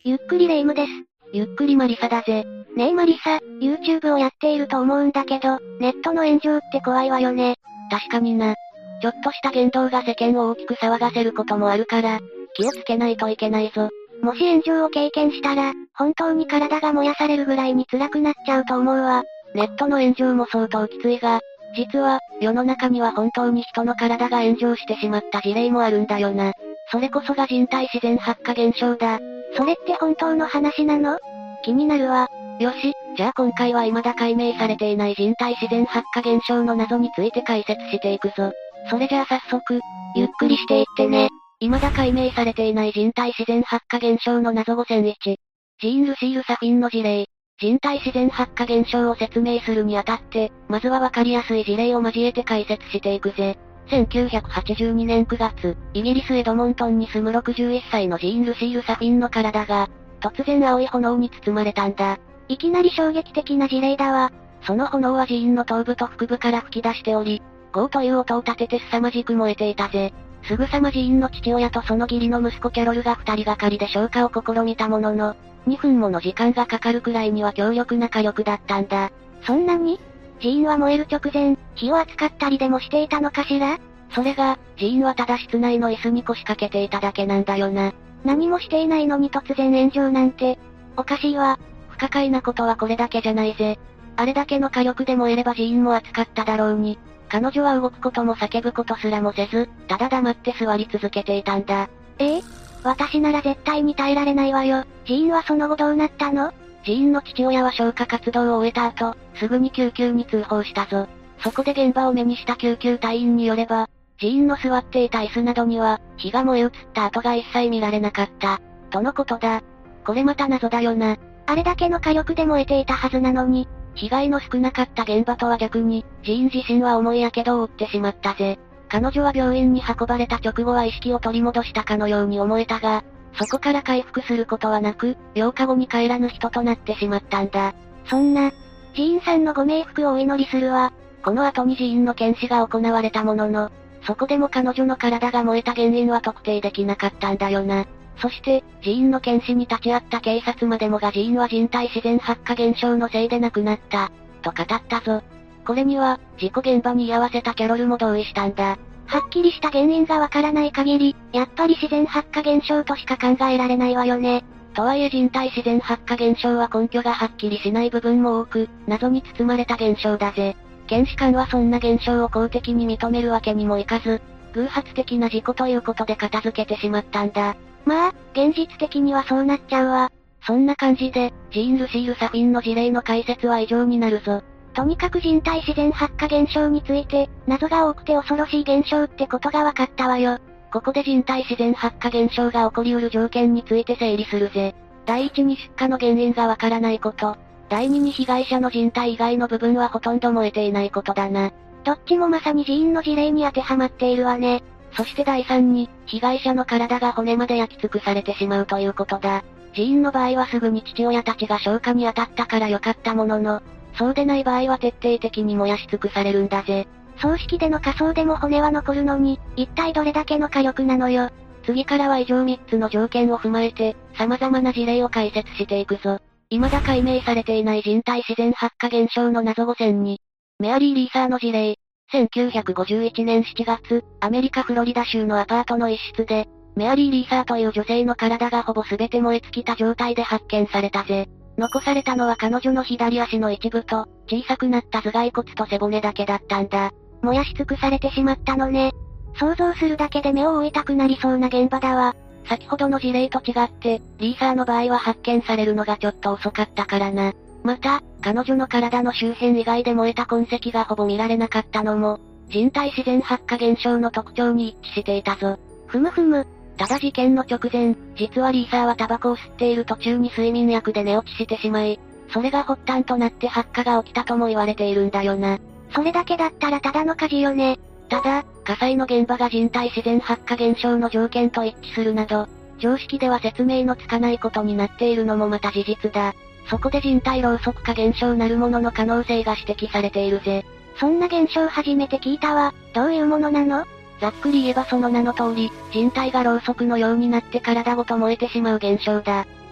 ゆっくりレ夢ムです。 ゆっくりマリサだぜ。 ねえマリサ、YouTube をやっていると思うんだけど、ネットの炎上って怖いわよね。 確かにな。ちょっとした言動が世間を大きく騒がせることもあるから、気をつけないといけないぞ。 もし炎上を経験したら、本当に体が燃やされるぐらいに辛くなっちゃうと思うわ。 ネットの炎上も相当きついが、実は、世の中には本当に人の体が炎上してしまった事例もあるんだよな。それこそが人体自然発火現象だ。 それって本当の話なの？気になるわ。 よし、じゃあ今回は未だ解明されていない人体自然発火現象の謎について解説していくぞ。それじゃあ早速、 ゆっくりしていってね。 未だ解明されていない人体自然発火現象の謎5001。ジーン・ルシール・サフィンの事例。人体自然発火現象を説明するにあたって、まずはわかりやすい事例を交えて解説していくぜ。1982年9月、イギリスエドモントンに住む61歳のジーン・ルシール・サフィンの体が、突然青い炎に包まれたんだ。 いきなり衝撃的な事例だわ。 その炎はジーンの頭部と腹部から吹き出しており、ゴーという音を立てて凄まじく燃えていたぜ。すぐさまジーンの父親とその義理の息子キャロルが二人がかりで消火を試みたものの、2分もの時間がかかるくらいには強力な火力だったんだ。 そんなに？ジーンは燃える直前、火を扱ったりでもしていたのかしら？ それが、ジーンはただ室内の椅子に腰掛けていただけなんだよな。 何もしていないのに突然炎上なんて、おかしいわ。 不可解なことはこれだけじゃないぜ。あれだけの火力で燃えればジーンも熱かっただろうに、彼女は動くことも叫ぶことすらもせず、ただ黙って座り続けていたんだ。 私なら絶対に耐えられないわよ。ジーンはその後どうなったの？ ジーンの父親は消火活動を終えた後、すぐに救急に通報したぞ。そこで現場を目にした救急隊員によれば、ジーンの座っていた椅子などには、火が燃え移った跡が一切見られなかった、とのことだ。これまた謎だよな。 あれだけの火力で燃えていたはずなのに、 被害の少なかった現場とは逆に、ジーン自身は重い火傷を負ってしまったぜ。彼女は病院に運ばれた直後は意識を取り戻したかのように思えたが、そこから回復することはなく、8日後に帰らぬ人となってしまったんだ。 そんな、ジーンさんのご冥福をお祈りするわ。 この後にジーンの検視が行われたものの、そこでも彼女の体が燃えた原因は特定できなかったんだよな。そして、ジーンの検視に立ち会った警察までもがジーンは人体自然発火現象のせいで亡くなった、と語ったぞ。これには、事故現場に居合わせたキャロルも同意したんだ。 はっきりした原因がわからない限り、やっぱり自然発火現象としか考えられないわよね。 とはいえ人体自然発火現象は根拠がはっきりしない部分も多く、謎に包まれた現象だぜ。検視官はそんな現象を公的に認めるわけにもいかず、偶発的な事故ということで片付けてしまったんだ。 まあ、現実的にはそうなっちゃうわ。 そんな感じで、ジーン・ルシール・サフィンの事例の解説は以上になるぞ。 とにかく人体自然発火現象について、謎が多くて恐ろしい現象ってことが分かったわよ。 ここで人体自然発火現象が起こりうる条件について整理するぜ。第一に出火の原因がわからないこと。第二に被害者の人体以外の部分はほとんど燃えていないことだな。 どっちもまさにジーンの事例に当てはまっているわね。 そして第三に、被害者の体が骨まで焼き尽くされてしまうということだ。ジーンの場合はすぐに父親たちが消火に当たったから良かったものの、そうでない場合は徹底的に燃やし尽くされるんだぜ。 葬式での火葬でも骨は残るのに、一体どれだけの火力なのよ。 次からは以上3つの条件を踏まえて、様々な事例を解説していくぞ。未だ解明されていない人体自然発火現象の謎5002。メアリー・リーサーの事例。1951年7月、アメリカフロリダ州のアパートの一室で、メアリー・リーサーという女性の体がほぼ全て燃え尽きた状態で発見されたぜ。残されたのは彼女の左足の一部と、小さくなった頭蓋骨と背骨だけだったんだ。 燃やし尽くされてしまったのね。想像するだけで目を覆いたくなりそうな現場だわ。 先ほどの事例と違って、リーサーの場合は発見されるのがちょっと遅かったからな。また、彼女の体の周辺以外で燃えた痕跡がほぼ見られなかったのも、人体自然発火現象の特徴に一致していたぞ。 ふむふむ。 ただ事件の直前、実はリーサーはタバコを吸っている途中に睡眠薬で寝落ちしてしまい、それが発端となって発火が起きたとも言われているんだよな。 それだけだったらただの火事よね。 ただ、火災の現場が人体自然発火現象の条件と一致するなど、常識では説明のつかないことになっているのもまた事実だ。そこで人体ろうそく化現象なるものの可能性が指摘されているぜ。 そんな現象初めて聞いたわ。どういうものなの？ ざっくり言えばその名の通り、人体がろうそくのようになって体ごと燃えてしまう現象だ。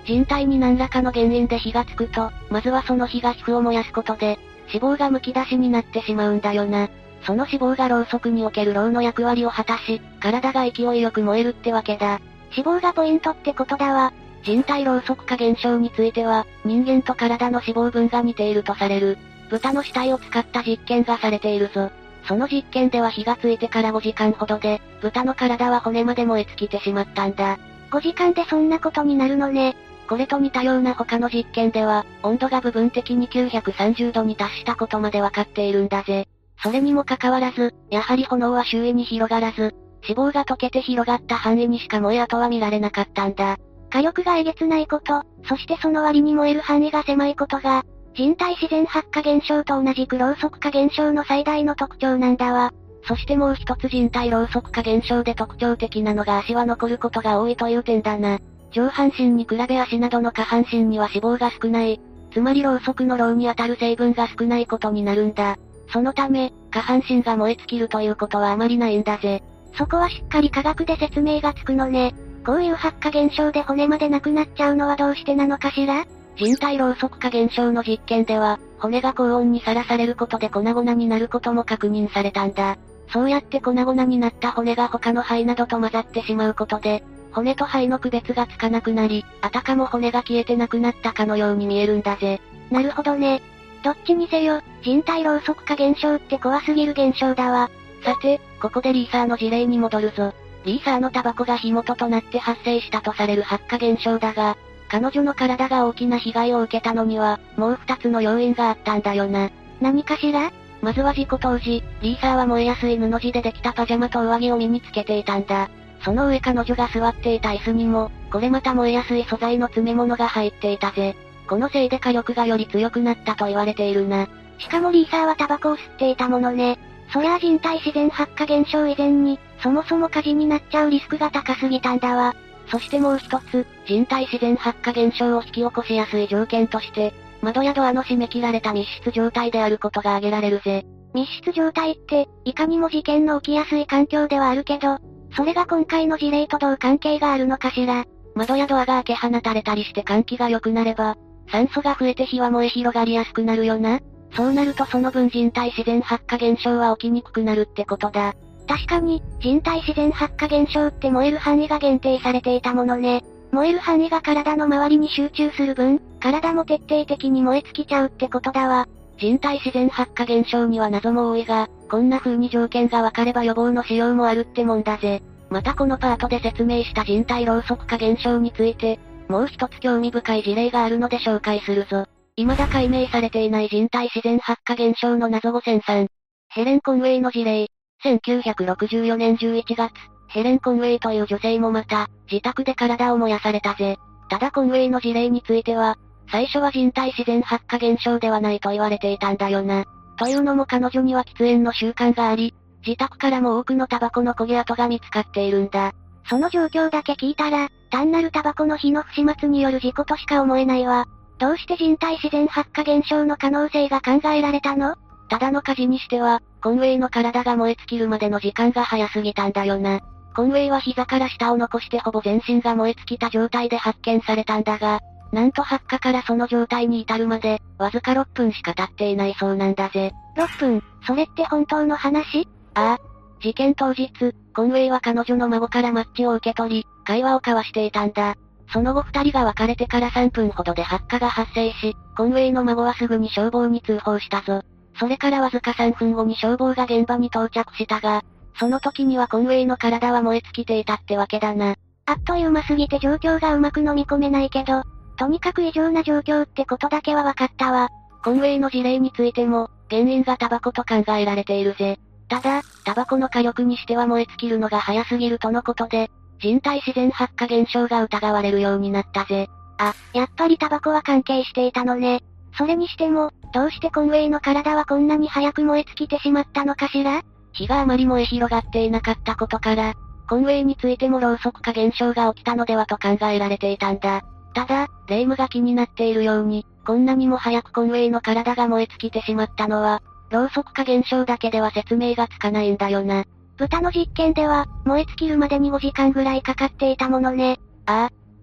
人体に何らかの原因で火がつくと、まずはその火が皮膚を燃やすことで、脂肪が剥き出しになってしまうんだよな。その脂肪がろうそくにおけるろうの役割を果たし、体が勢いよく燃えるってわけだ。 脂肪がポイントってことだわ。 人体ろうそく化現象については、人間と体の脂肪分が似ているとされる。豚の死体を使った実験がされているぞ。その実験では火がついてから5時間ほどで、豚の体は骨まで燃え尽きてしまったんだ。 5時間でそんなことになるのね。 これと似たような他の実験では、温度が部分的に930度に達したことまでわかっているんだぜ。それにもかかわらず、やはり炎は周囲に広がらず、脂肪が溶けて広がった範囲にしか燃え跡は見られなかったんだ。 火力がえげつないこと、そしてその割に燃える範囲が狭いことが、人体自然発火現象と同じくろうそく化現象の最大の特徴なんだわ。 そしてもう一つ人体ろうそく化現象で特徴的なのが足は残ることが多いという点だな。上半身に比べ足などの下半身には脂肪が少ない。つまりろうそくのろうに当たる成分が少ないことになるんだ。そのため、下半身が燃え尽きるということはあまりないんだぜ。 そこはしっかり科学で説明がつくのね。こういう発火現象で骨までなくなっちゃうのはどうしてなのかしら？ 人体ろうそく化現象の実験では、骨が高温にさらされることで粉々になることも確認されたんだ。そうやって粉々になった骨が他の灰などと混ざってしまうことで、骨と灰の区別がつかなくなり、あたかも骨が消えてなくなったかのように見えるんだぜ。 なるほどね。どっちにせよ、人体ろうそく化現象って怖すぎる現象だわ。 さて、ここでリーサーの事例に戻るぞ。リーサーのタバコが火元となって発生したとされる発火現象だが、彼女の体が大きな被害を受けたのには、もう2つの要因があったんだよな。 何かしら？ まずは事故当時、リーサーは燃えやすい布地でできたパジャマと上着を身につけていたんだ。その上彼女が座っていた椅子にも、これまた燃えやすい素材の詰め物が入っていたぜ。このせいで火力がより強くなったと言われているな。 しかもリーサーはタバコを吸っていたものね。そりゃあ人体自然発火現象以前に、そもそも火事になっちゃうリスクが高すぎたんだわ。 そしてもう一つ、人体自然発火現象を引き起こしやすい条件として、窓やドアの閉め切られた密室状態であることが挙げられるぜ。 密室状態って、いかにも事件の起きやすい環境ではあるけど、それが今回の事例とどう関係があるのかしら。 窓やドアが開け放たれたりして換気が良くなれば、酸素が増えて火は燃え広がりやすくなるよな。そうなるとその分人体自然発火現象は起きにくくなるってことだ。 確かに、人体自然発火現象って燃える範囲が限定されていたものね。燃える範囲が体の周りに集中する分、体も徹底的に燃え尽きちゃうってことだわ。 人体自然発火現象には謎も多いが、こんな風に条件が分かれば予防のしようもあるってもんだぜ。またこのパートで説明した人体ろうそく化現象について、もう一つ興味深い事例があるので紹介するぞ。未だ解明されていない人体自然発火現象の謎5003。ヘレン・コンウェイの事例。1964年11月、ヘレン・コンウェイという女性もまた、自宅で体を燃やされたぜ。ただコンウェイの事例については、最初は人体自然発火現象ではないと言われていたんだよな。というのも彼女には喫煙の習慣があり、自宅からも多くのタバコの焦げ跡が見つかっているんだ。 その状況だけ聞いたら、単なるタバコの火の不始末による事故としか思えないわ。どうして人体自然発火現象の可能性が考えられたの？ ただの火事にしては、コンウェイの体が燃え尽きるまでの時間が早すぎたんだよな。コンウェイは膝から下を残してほぼ全身が燃え尽きた状態で発見されたんだが、なんと発火からその状態に至るまで、わずか6分しか経っていないそうなんだぜ。 6分？それって本当の話？ ああ。事件当日、コンウェイは彼女の孫からマッチを受け取り、会話を交わしていたんだ。その後二人が別れてから3分ほどで発火が発生し、コンウェイの孫はすぐに消防に通報したぞ。それからわずか3分後に消防が現場に到着したが、その時にはコンウェイの体は燃え尽きていたってわけだな。 あっという間すぎて状況がうまく飲み込めないけど、とにかく異常な状況ってことだけは分かったわ。 コンウェイの事例についても、原因がタバコと考えられているぜ。ただ、タバコの火力にしては燃え尽きるのが早すぎるとのことで、人体自然発火現象が疑われるようになったぜ。 あ、やっぱりタバコは関係していたのね。それにしても、どうしてコンウェイの体はこんなに早く燃え尽きてしまったのかしら？ 火があまり燃え広がっていなかったことから、コンウェイについてもろうそく化現象が起きたのではと考えられていたんだ。ただ、霊夢が気になっているように、こんなにも早くコンウェイの体が燃え尽きてしまったのは、ろうそく化現象だけでは説明がつかないんだよな。 豚の実験では、燃え尽きるまでに5時間ぐらいかかっていたものね。 ああ。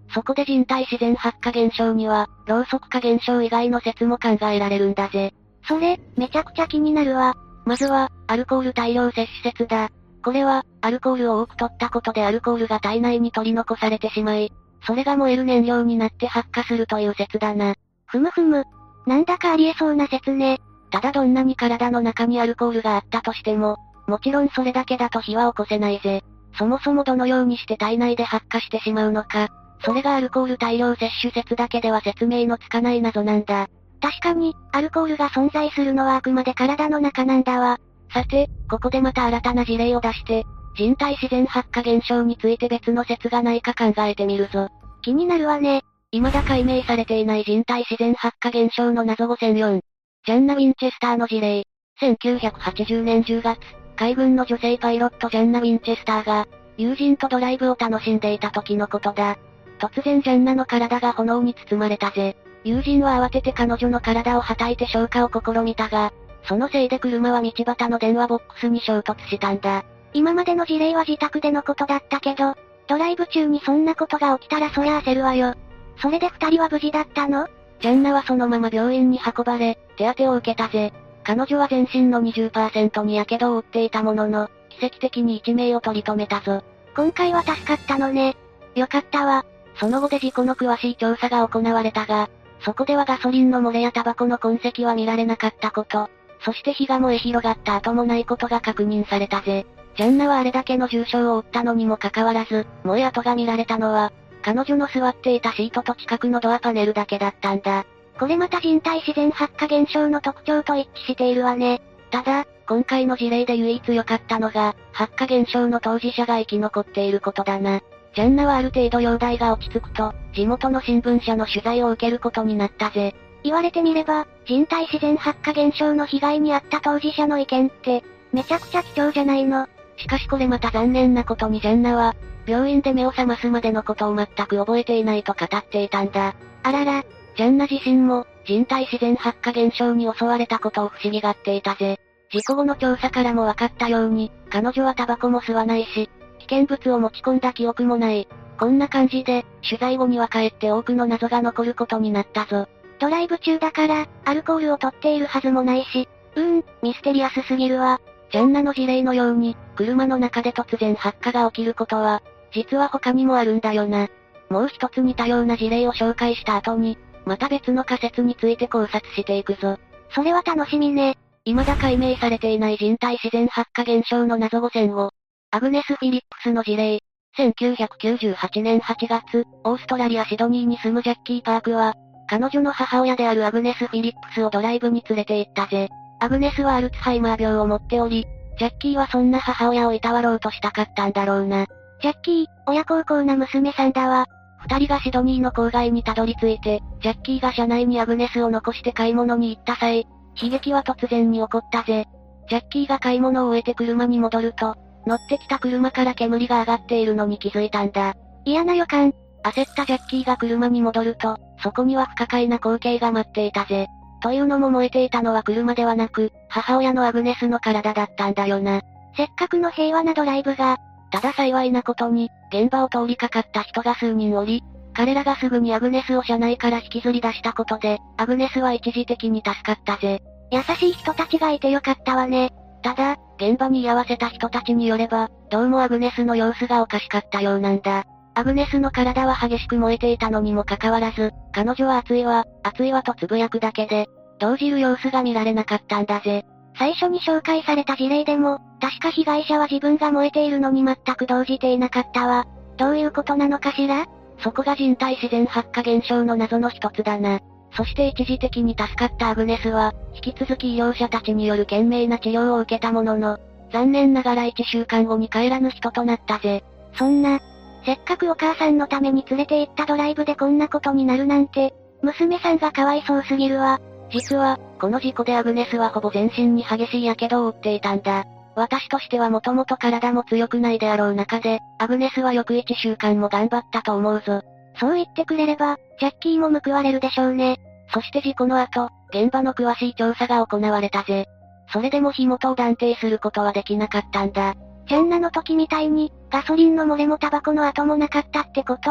そこで人体自然発火現象には、ろうそく化現象以外の説も考えられるんだぜ。 それ、めちゃくちゃ気になるわ。 まずは、アルコール大量摂取説だ。これは、アルコールを多く取ったことでアルコールが体内に取り残されてしまい、それが燃える燃料になって発火するという説だな。 ふむふむ。なんだかありえそうな説ね。 ただどんなに体の中にアルコールがあったとしても、もちろんそれだけだと火は起こせないぜ。そもそもどのようにして体内で発火してしまうのか、それがアルコール大量摂取説だけでは説明のつかない謎なんだ。 確かに、アルコールが存在するのはあくまで体の中なんだわ。 さて、ここでまた新たな事例を出して、人体自然発火現象について別の説がないか考えてみるぞ。 気になるわね。 未だ解明されていない人体自然発火現象の謎5004。ジャンナ・ウィンチェスターの事例。1980年10月、海軍の女性パイロットジャンナ・ウィンチェスターが、友人とドライブを楽しんでいた時のことだ。突然ジャンナの体が炎に包まれたぜ。友人は慌てて彼女の体をはたいて消火を試みたが、そのせいで車は道端の電話ボックスに衝突したんだ。 今までの事例は自宅でのことだったけど、ドライブ中にそんなことが起きたらそりゃ焦るわよ。それで二人は無事だったの？ ジャンナはそのまま病院に運ばれ、手当てを受けたぜ。彼女は全身の 20% に火傷を負っていたものの、奇跡的に一命を取り留めたぞ。 今回は助かったのね。よかったわ。 その後で事故の詳しい調査が行われたが、そこではガソリンの漏れやタバコの痕跡は見られなかったこと、そして火が燃え広がった後もないことが確認されたぜ。ジャンナはあれだけの重傷を負ったのにもかかわらず、燃え跡が見られたのは、彼女の座っていたシートと近くのドアパネルだけだったんだ。 これまた人体自然発火現象の特徴と一致しているわね。 ただ、今回の事例で唯一良かったのが、発火現象の当事者が生き残っていることだな。ジャンナはある程度容体が落ち着くと、地元の新聞社の取材を受けることになったぜ。 言われてみれば、人体自然発火現象の被害に遭った当事者の意見って、めちゃくちゃ貴重じゃないの。 しかしこれまた残念なことにジャンナは、病院で目を覚ますまでのことを全く覚えていないと語っていたんだ。 あらら。 ジャンナ自身も、人体自然発火現象に襲われたことを不思議がっていたぜ。事故後の調査からも分かったように、彼女はタバコも吸わないし、危険物を持ち込んだ記憶もない。こんな感じで、取材後にはかえって多くの謎が残ることになったぞ。 ドライブ中だから、アルコールを取っているはずもないし、ミステリアスすぎるわ。 ジャンナの事例のように、車の中で突然発火が起きることは、実は他にもあるんだよな。もう一つ似たような事例を紹介した後に、また別の仮説について考察していくぞ。 それは楽しみね。 未だ解明されていない人体自然発火現象の謎5005。アグネス・フィリップスの事例。1998年8月、オーストラリア・シドニーに住むジャッキー・パークは、彼女の母親であるアグネス・フィリップスをドライブに連れて行ったぜ。アグネスはアルツハイマー病を持っており、ジャッキーはそんな母親をいたわろうとしたかったんだろうな。 ジャッキー、親孝行な娘さんだわ。 二人がシドニーの郊外にたどり着いて、ジャッキーが車内にアグネスを残して買い物に行った際、悲劇は突然に起こったぜ。ジャッキーが買い物を終えて車に戻ると、乗ってきた車から煙が上がっているのに気づいたんだ。 嫌な予感。 焦ったジャッキーが車に戻ると、そこには不可解な光景が待っていたぜ。というのも燃えていたのは車ではなく、母親のアグネスの体だったんだよな。 せっかくの平和なドライブが。 ただ幸いなことに、現場を通りかかった人が数人おり、彼らがすぐにアグネスを車内から引きずり出したことで、アグネスは一時的に助かったぜ。 優しい人たちがいてよかったわね。 ただ、現場に居合わせた人たちによれば、どうもアグネスの様子がおかしかったようなんだ。アグネスの体は激しく燃えていたのにもかかわらず、彼女は熱いわとつぶやくだけで、動じる様子が見られなかったんだぜ。 最初に紹介された事例でも、確か被害者は自分が燃えているのに全く動じていなかったわ。どういうことなのかしら？ そこが人体自然発火現象の謎の一つだな。そして一時的に助かったアグネスは、引き続き医療者たちによる懸命な治療を受けたものの、残念ながら1週間後に帰らぬ人となったぜ。 そんな、せっかくお母さんのために連れて行ったドライブでこんなことになるなんて、娘さんがかわいそうすぎるわ。 実は、この事故でアグネスはほぼ全身に激しい火傷を負っていたんだ。私としてはもともと体も強くないであろう中で、アグネスは翌1週間も頑張ったと思うぞ。 そう言ってくれれば、ジャッキーも報われるでしょうね。 そして事故の後、現場の詳しい調査が行われたぜ。それでも火元を断定することはできなかったんだ。 ジャンナの時みたいに、ガソリンの漏れもタバコの跡もなかったってこと？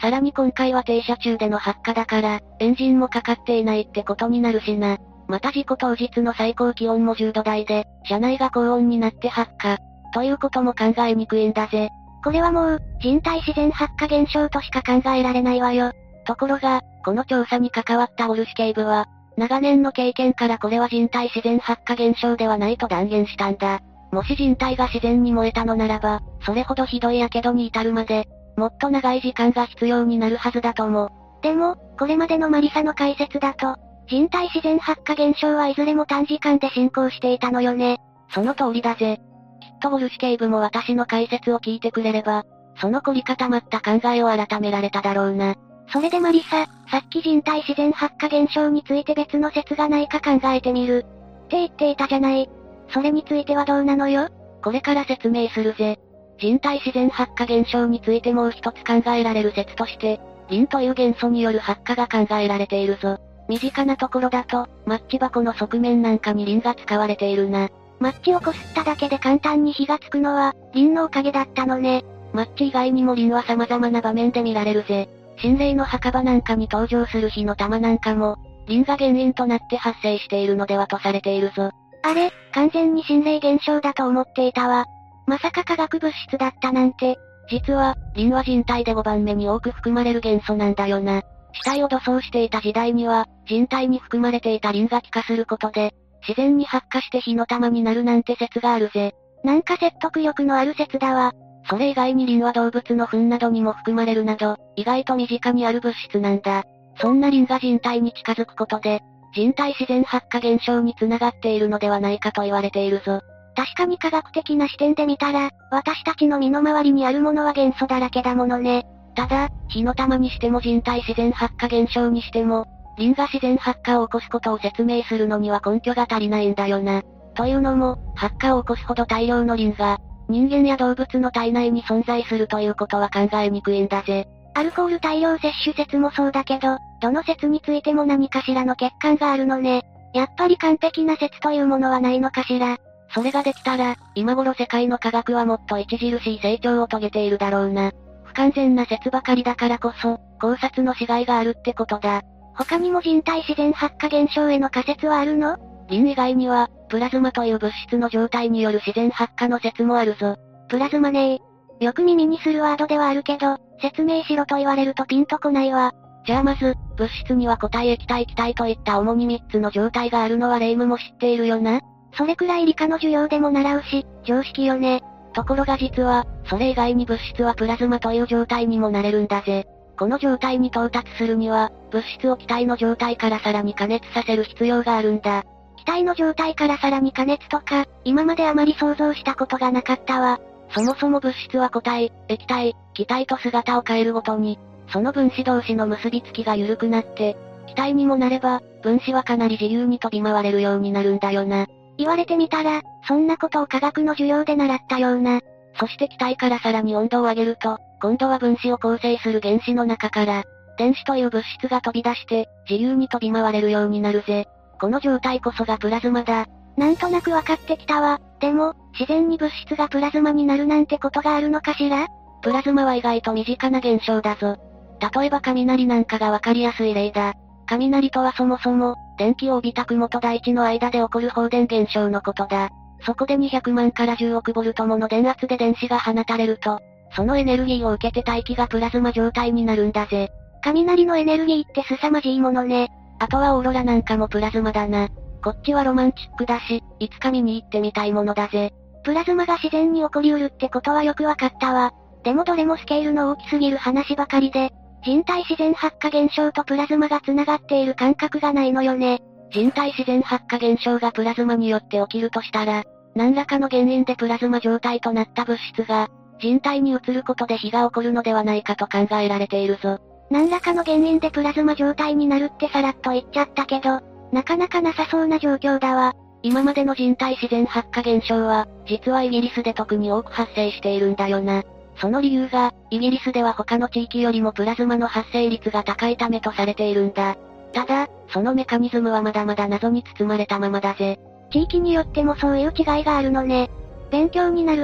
さらに今回は停車中での発火だから、エンジンもかかっていないってことになるしな。また事故当日の最高気温も10度台で、車内が高温になって発火。ということも考えにくいんだぜ。 これはもう、人体自然発火現象としか考えられないわよ。 ところが、この調査に関わったウォルシュ警部は、長年の経験からこれは人体自然発火現象ではないと断言したんだ。もし人体が自然に燃えたのならば、それほどひどい火傷に至るまで、もっと長い時間が必要になるはずだと思う。 でも、これまでのマリサの解説だと、人体自然発火現象はいずれも短時間で進行していたのよね。 その通りだぜ。きっとウォルシュ警部も私の解説を聞いてくれれば、その凝り固まった考えを改められただろうな。 それでマリサ、さっき人体自然発火現象について別の説がないか考えてみる。って言っていたじゃない。それについてはどうなのよ？ これから説明するぜ。人体自然発火現象についてもう一つ考えられる説として、リンという元素による発火が考えられているぞ。身近なところだと、マッチ箱の側面なんかにリンが使われているな。 マッチをこすっただけで簡単に火がつくのは、リンのおかげだったのね。 マッチ以外にもリンは様々な場面で見られるぜ。心霊の墓場なんかに登場する火の玉なんかも、リンが原因となって発生しているのではとされているぞ。 あれ、完全に心霊現象だと思っていたわ。まさか化学物質だったなんて。 実は、リンは人体で5番目に多く含まれる元素なんだよな。死体を土葬していた時代には、人体に含まれていたリンが気化することで、自然に発火して火の玉になるなんて説があるぜ。 なんか説得力のある説だわ。 それ以外にリンは動物の糞などにも含まれるなど、意外と身近にある物質なんだ。そんなリンが人体に近づくことで、人体自然発火現象に繋がっているのではないかと言われているぞ。 確かに科学的な視点で見たら、私たちの身の回りにあるものは元素だらけだものね。 ただ、火の玉にしても人体自然発火現象にしても、リンが自然発火を起こすことを説明するのには根拠が足りないんだよな。というのも、発火を起こすほど大量のリンが、人間や動物の体内に存在するということは考えにくいんだぜ。 アルコール大量摂取説もそうだけど、どの説についても何かしらの欠陥があるのね。やっぱり完璧な説というものはないのかしら。 それができたら、今頃世界の科学はもっと著しい成長を遂げているだろうな。不完全な説ばかりだからこそ、考察のしがいがあるってことだ。 他にも人体自然発火現象への仮説はあるの？ リン以外には、プラズマという物質の状態による自然発火の説もあるぞ。 プラズマねー。よく耳にするワードではあるけど、説明しろと言われるとピンとこないわ。 じゃあまず、物質には固体液体気体といった主に3つの状態があるのはレイムも知っているよな？ それくらい理科の授業でも習うし、常識よね。 ところが実は、それ以外に物質はプラズマという状態にもなれるんだぜ。この状態に到達するには、物質を気体の状態からさらに加熱させる必要があるんだ。 気体の状態からさらに加熱とか、今まであまり想像したことがなかったわ。 そもそも物質は固体、液体、気体と姿を変えるごとに、その分子同士の結びつきが緩くなって、気体にもなれば、分子はかなり自由に飛び回れるようになるんだよな。 言われてみたら、そんなことを科学の授業で習ったような。 そして気体からさらに温度を上げると、今度は分子を構成する原子の中から、電子という物質が飛び出して、自由に飛び回れるようになるぜ。この状態こそがプラズマだ。 なんとなくわかってきたわ。でも、自然に物質がプラズマになるなんてことがあるのかしら？ プラズマは意外と身近な現象だぞ。例えば雷なんかがわかりやすい例だ。雷とはそもそも、電気を帯びた雲と大地の間で起こる放電現象のことだ。そこで200万から10億ボルトもの電圧で電子が放たれると、そのエネルギーを受けて大気がプラズマ状態になるんだぜ。 雷のエネルギーって凄まじいものね。 あとはオーロラなんかもプラズマだな。こっちはロマンチックだし、いつか見に行ってみたいものだぜ。 プラズマが自然に起こりうるってことはよくわかったわ。でもどれもスケールの大きすぎる話ばかりで、人体自然発火現象とプラズマが繋がっている感覚がないのよね。 人体自然発火現象がプラズマによって起きるとしたら、何らかの原因でプラズマ状態となった物質が、人体に移ることで火が起こるのではないかと考えられているぞ。 何らかの原因でプラズマ状態になるってさらっと言っちゃったけど、なかなかなさそうな状況だわ。 今までの人体自然発火現象は、実はイギリスで特に多く発生しているんだよな。その理由が、イギリスでは他の地域よりもプラズマの発生率が高いためとされているんだ。ただ、そのメカニズムはまだまだ謎に包まれたままだぜ。 地域によってもそういう違いがあるのね。勉強になるわ。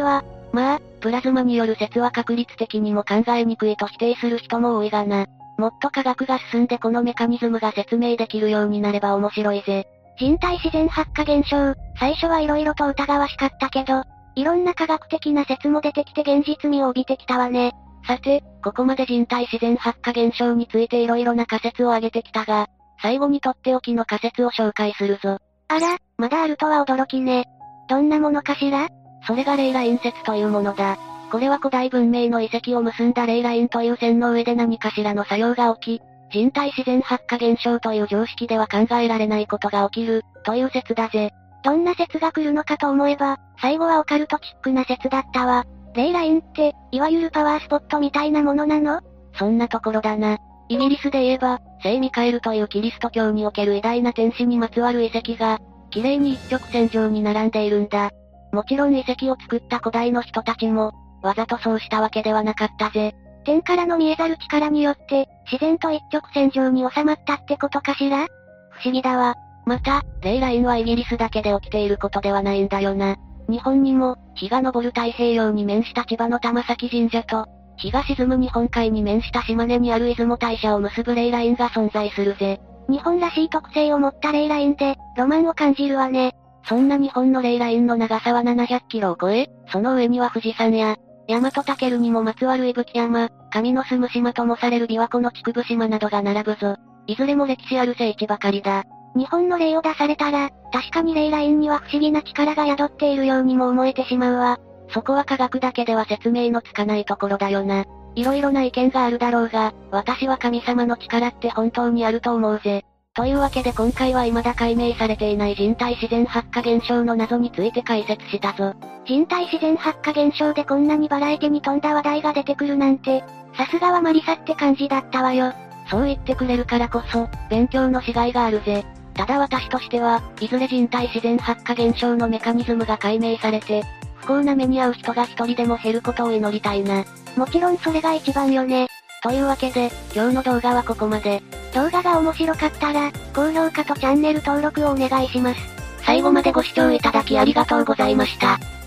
まあ、プラズマによる説は確率的にも考えにくいと否定する人も多いがな。もっと科学が進んでこのメカニズムが説明できるようになれば面白いぜ。 人体自然発火現象、最初は色々と疑わしかったけど、いろんな科学的な説も出てきて現実味を帯びてきたわね。 さて、ここまで人体自然発火現象について色々な仮説を挙げてきたが、最後にとっておきの仮説を紹介するぞ。 あら、まだあるとは驚きね。どんなものかしら？ それがレイライン説というものだ。これは古代文明の遺跡を結んだレイラインという線の上で何かしらの作用が起き、人体自然発火現象という常識では考えられないことが起きる、という説だぜ。 どんな説が来るのかと思えば、最後はオカルトチックな説だったわ。レイラインって、いわゆるパワースポットみたいなものなの？ そんなところだな。イギリスで言えば、聖ミカエルというキリスト教における偉大な天使にまつわる遺跡が、綺麗に一直線上に並んでいるんだ。もちろん遺跡を作った古代の人たちも、わざとそうしたわけではなかったぜ。 天からの見えざる力によって、自然と一直線上に収まったってことかしら？不思議だわ。 また、レイラインはイギリスだけで起きていることではないんだよな。日本にも、日が昇る太平洋に面した千葉の玉崎神社と、日が沈む日本海に面した島根にある出雲大社を結ぶレイラインが存在するぜ。 日本らしい特性を持ったレイラインで、ロマンを感じるわね。 そんな日本のレイラインの長さは700キロを超え、その上には富士山や、大和尊にもまつわる伊吹山、神の住む島ともされる琵琶湖の竹生島などが並ぶぞ。いずれも歴史ある聖地ばかりだ。 日本の例を出されたら、確かにレイラインには不思議な力が宿っているようにも思えてしまうわ。 そこは科学だけでは説明のつかないところだよな。いろいろな意見があるだろうが、私は神様の力って本当にあると思うぜ。というわけで今回は未だ解明されていない人体自然発火現象の謎について解説したぞ。 人体自然発火現象でこんなにバラエティに富んだ話題が出てくるなんて、さすがはマリサって感じだったわよ。 そう言ってくれるからこそ、勉強のしがいがあるぜ。ただ私としては、いずれ人体自然発火現象のメカニズムが解明されて、不幸な目に遭う人が一人でも減ることを祈りたいな。 もちろんそれが一番よね。 というわけで、今日の動画はここまで。 動画が面白かったら、高評価とチャンネル登録をお願いします。 最後までご視聴いただきありがとうございました。